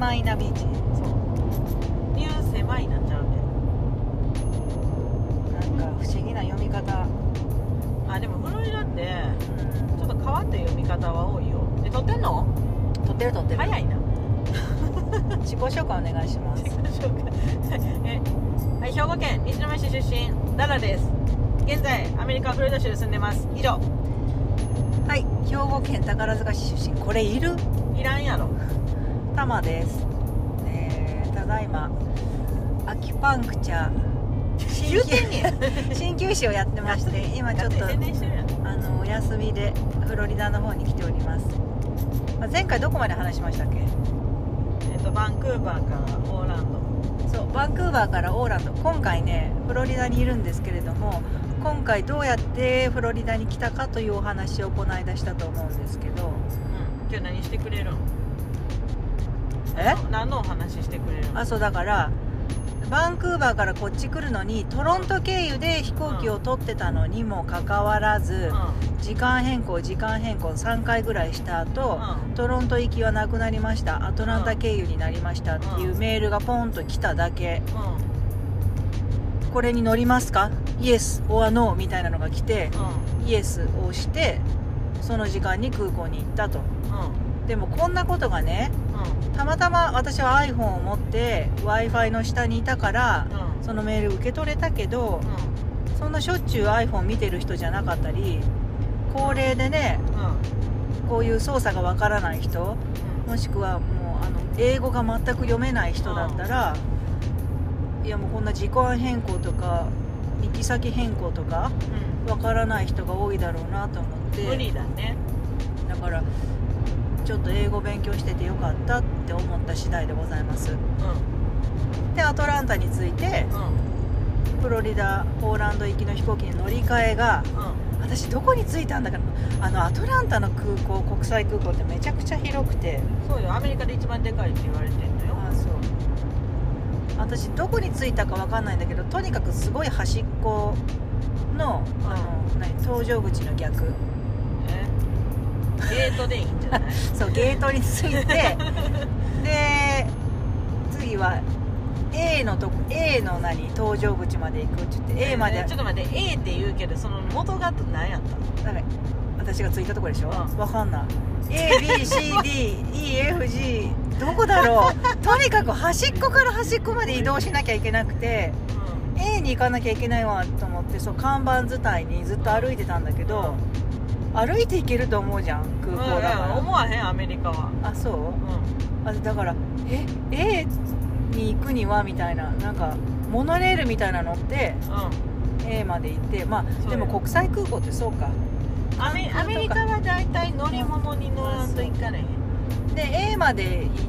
狭いなビーチ。 そうニュー狭いなっちゃうね。 なんか不思議な読み方。 あでもフロリダってちょっと変わった読み方は多いよ。で撮ってんの？ 撮ってる早いな。 自己紹介お願いします。 はい、兵庫県西宮市出身ダラです。現在アメリカフロリダ州で住んでます。以上。 はい、兵庫県宝塚市出身。これいる？ いらんやろ。 タマです。ただいまアキパンクチャ言うてんねん。 鍼灸師をやってまして、今ちょっと宣伝してるやん。 お休みでフロリダの方に来ております。前回どこまで話しましたっけ？ バンクーバーからオーランド。 そう、バンクーバーからオーランド。今回ねフロリダにいるんですけれども、今回どうやってフロリダに来たかというお話をこの間したと思うんですけど、 今日何してくれるん？ え？ 何のお話してくれるん？ あ、そうだからバンクーバーからこっち来るのにトロント経由で飛行機を取ってたのにもかかわらず、時間変更3回ぐらいした後、トロント行きはなくなりました、アトランタ経由になりましたっていうメールがポンと来ただけ、これに乗りますか？イエス or no みたいなのが来て、イエスを押してその時間に空港に行ったと。でもこんなことがね、たまたま私は iPhone を持って Wi-Fi の下にいたから、そのメール受け取れたけど、そんなしょっちゅう iPhone 見てる人じゃなかったり、高齢でね、こういう操作がわからない人、もしくはもう英語が全く読めない人だったら、いやもうこんな時間変更とか行き先変更とかわからない人が多いだろうなと思って、 無理だね。 だからちょっと英語勉強しててよかったって思った次第でございます。でアトランタに着いて、フロリダポーランド行きの飛行機に乗り換えが、私どこに着いたんだかな、アトランタの空港、国際空港ってめちゃくちゃ広くて、 そうよ、アメリカで一番でかいって言われてんのよ。 あ、そう。私どこに着いたか分かんないんだけど、とにかくすごい端っこの、搭乗口の逆、 ゲートでいいんじゃない？ そう、ゲートに着いてで次は A の搭乗口まで行くって言って、A まで、 ちょっと待って、 A って言うけどその元が何やったの？ 私が着いたとこでしょ、分かんない。 ABCDEFG どこだろうとにかく端っこから端っこまで移動しなきゃいけなくて、A に行かなきゃいけないわと思って、そう看板伝いにずっと歩いてたんだけど、歩いて行けると思うじゃん、空港だから。 思わへん、アメリカは。 あ、そう、だからA に行くにはみたいな、なんかモノレールみたいなのって、A まで行って、まあでも国際空港ってそうか、 アメリカはだいたい乗り物に乗らんと行かれへん。 で A まで行って、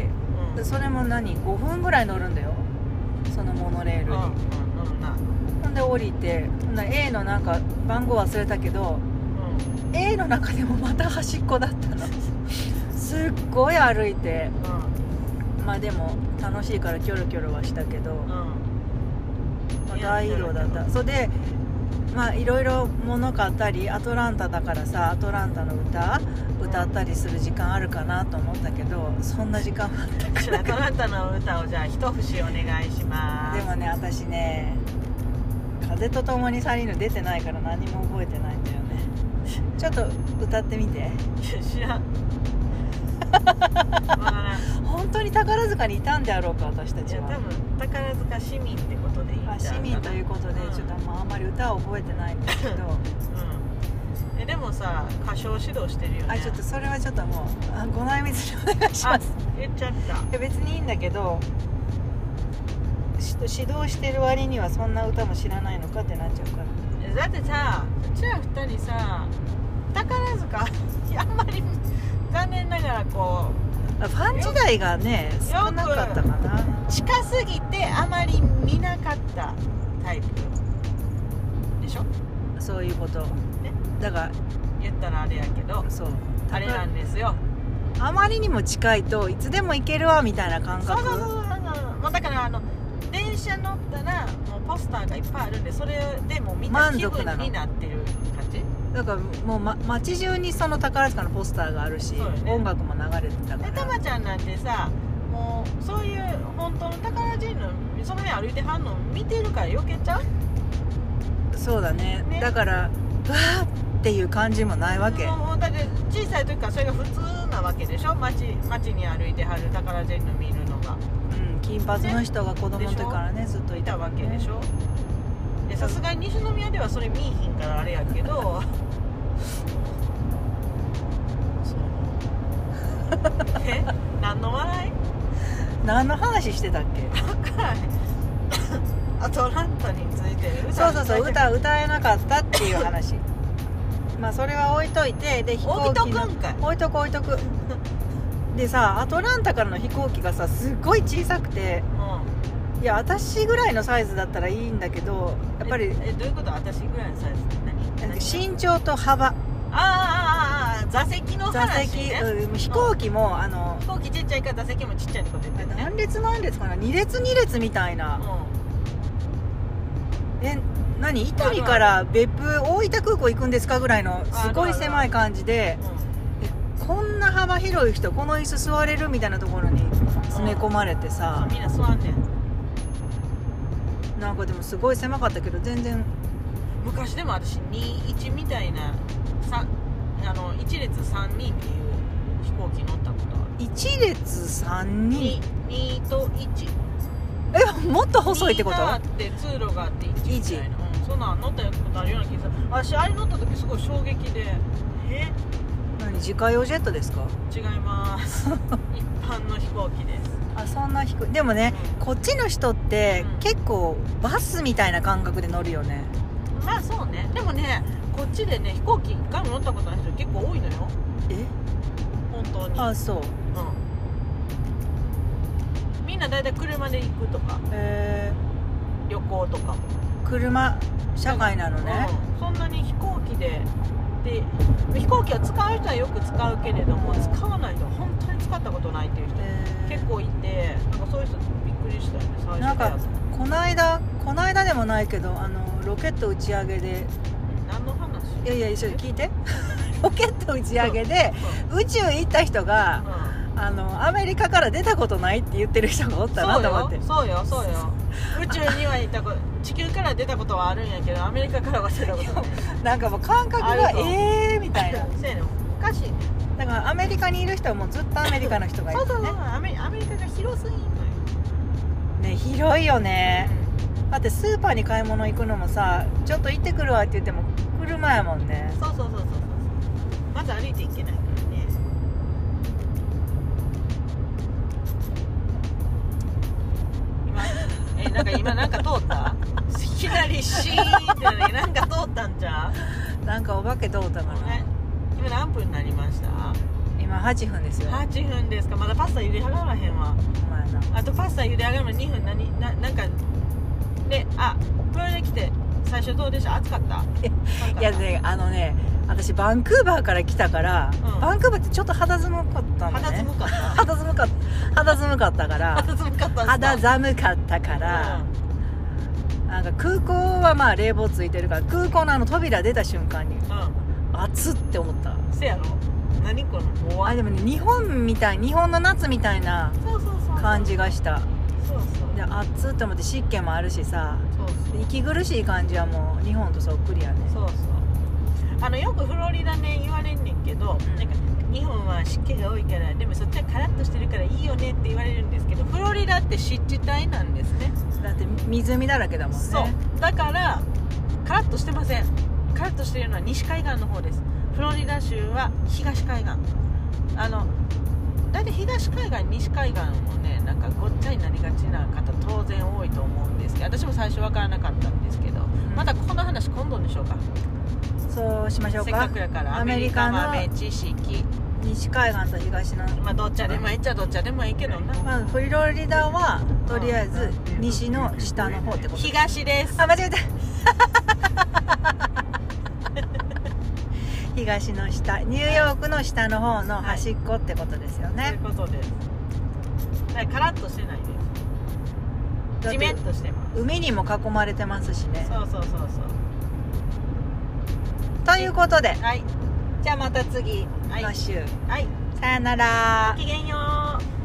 それも5分ぐらい乗るんだよ、そのモノレールに。ほんで降りて、A のなんか番号忘れたけど、A の中でもまた端っこだったのすっごい歩いて、まあでも楽しいからキョロキョロはしたけど、大移動だった。それでまあいろいろ物買ったり、アトランタだからさ、アトランタの歌ったりする時間あるかなと思ったけど、そんな時間全くなかった。 アトランタの歌をじゃあ一節お願いします。 でもね、私ね、風と共に去りぬ出てないから何も覚えてないんだよね。ちょっと歌ってみて。 知らん本当に宝塚にいたんであろうか、私たちは。 いや、多分宝塚市民ってことでいいんじゃん。 市民ということで、ちょっとあんまり歌を覚えてないんですけど、 でもさ、歌唱指導してるよね。 ちょっとそれはちょっともうご内密にお願いします。 言っちゃった。 別にいいんだけど、指導してる割にはそんな歌も知らないのかってなっちゃうから。 だってさ、うちら二人さ、宝塚あんまり残念ながらこうファン時代がね少なかったかな。 近すぎてあまり見なかったタイプでしょ。 そういうこと、ね、だから言ったらあれやけど、そうあれなんですよ。 あまりにも近いといつでも行けるわみたいな感覚。 そうもうだから電車乗ったらもうポスターがいっぱいあるんで、それでもうみんな気分になってる感じだからもう、街中にその宝塚のポスターがあるし、ね、音楽も流れてたから。 たまちゃんなんてさ、 もうそういう本当のタカラジェンヌその辺歩いてはんの見てるから避けちゃう。 そうだね。だからわーっていう感じもないわけ。 もうだって小さい時からそれが普通なわけでしょ。街に歩いてはるタカラジェンヌ見るのが、 金髪の人が子供の時からねずっといたわけでしょ。さすがに西宮ではそれ見えひんからあれやけど何の笑い？ 何の話してたっけ？ 分からへんアトランタについてるそう歌えなかったっていう話まあそれは置いといて、で飛行機の置いとくでさ、アトランタからの飛行機がさすっごい小さくて、いや私ぐらいのサイズだったらいいんだけど、やっぱりどういうこと？私ぐらいのサイズって何？ 身長と幅、 座席の話、ね、 飛行機も飛行機ちっちゃいから座席もちっちゃいってこと言ってね。 何列かな、2列みたいな、何伊丹から別府大分空港行くんですかぐらいのすごい狭い感じで、こんな幅広い人この椅子座れるみたいなところに詰め込まれてさ、 みんな座んねん。 なんかでもすごい狭かったけど全然。 昔でも私21みたいな1列3人っていう飛行機乗ったことある。 1列3人 2と1。 もっと細いってこと？ 2があって通路があって1みたいな、そんなん乗ったことあるような気がする。私あれ乗った時すごい衝撃で、 何自家用ジェットですか？ 違います一般の飛行機です。 そんな低い。でもね、こっちの人って結構バスみたいな感覚で乗るよね。 まあそうね。でもね、こっちでね飛行機一回も乗ったことない人結構多いのよ。本当に。 そう。 みんなだいたい車で行くとか、旅行とかも車社会なのね。 そんなに飛行機で飛行機は使う人はよく使うけれども、使わない人は本当に使ったことないっていう人結構いて、なんかそういう人びっくりしたよね最初。 なんかこの間でもないけどロケット打ち上げで。 何の話？ いや一緒に聞いてロケット打ち上げで宇宙行った人が、アメリカから出たことないって言ってる人がおったなと思って。 そうよ宇宙には地球から出たことはあるんやけどアメリカからは出たことない。 なんかもう感覚がみたいなそうやねん、おかしい。 だからアメリカにいる人はもうずっとアメリカの人がいるね。そうアメリカが広すぎんのよね。広いよね、だってスーパーに買い物行くのもさ、ちょっと行ってくるわって言っても車やもんね。 そうまず歩いて行けないからね。今なんか通ったいきなりシーンってなんか通ったんじゃん。 なんかお化け通ったかな。 今何分になりました？ 今8分ですよ。 8分ですか。まだパスタ茹で上がらへんわ。あとパスタ茹で上がるの2分。なんかで、フロリダ来て最初どうでした？暑かった？ いやね、私バンクーバーから来たから、バンクーバーってちょっと肌寒かったのね。肌寒かったから、なんか空港はまあ冷房ついてるから、空港の扉出た瞬間に、暑って思った。 せやろ？何この？ でもね、日本の夏みたいな感じがした。で暑って思って、湿気もあるしさ、息苦しい感じはもう日本とそっくりやね。 よくフロリダね言われんねんけど、なんか日本は湿気が多いから、でもそっちはカラッとしてるからいいよねって言われるんですけど、フロリダって湿地帯なんですね。 だって湖だらけだもんね。 そうだからカラッとしてません。カラッとしてるのは西海岸の方です。フロリダ州は東海岸。だいたい東海岸西海岸もね、なんかごっちゃになりがちな方当然多いと思うんですけど、私も最初分からなかったんですけど、またこの話今度でしょうか。 そうしましょうか。 せっかくやからアメリカ豆知識、 西海岸と東の、 どっちでもいいっちゃどっちでもいいけどな。 フロリダはとりあえず西の下の方ってこと。 東です。 間違えた東の下、ニューヨークの下の方の端っこってことですよね。 そういうことです。だからカラッとしてないです。ジメッとしてます。 海にも囲まれてますしね。 そうということで、 はい、 じゃあまた次の週、さよなら。 ごきげんよう。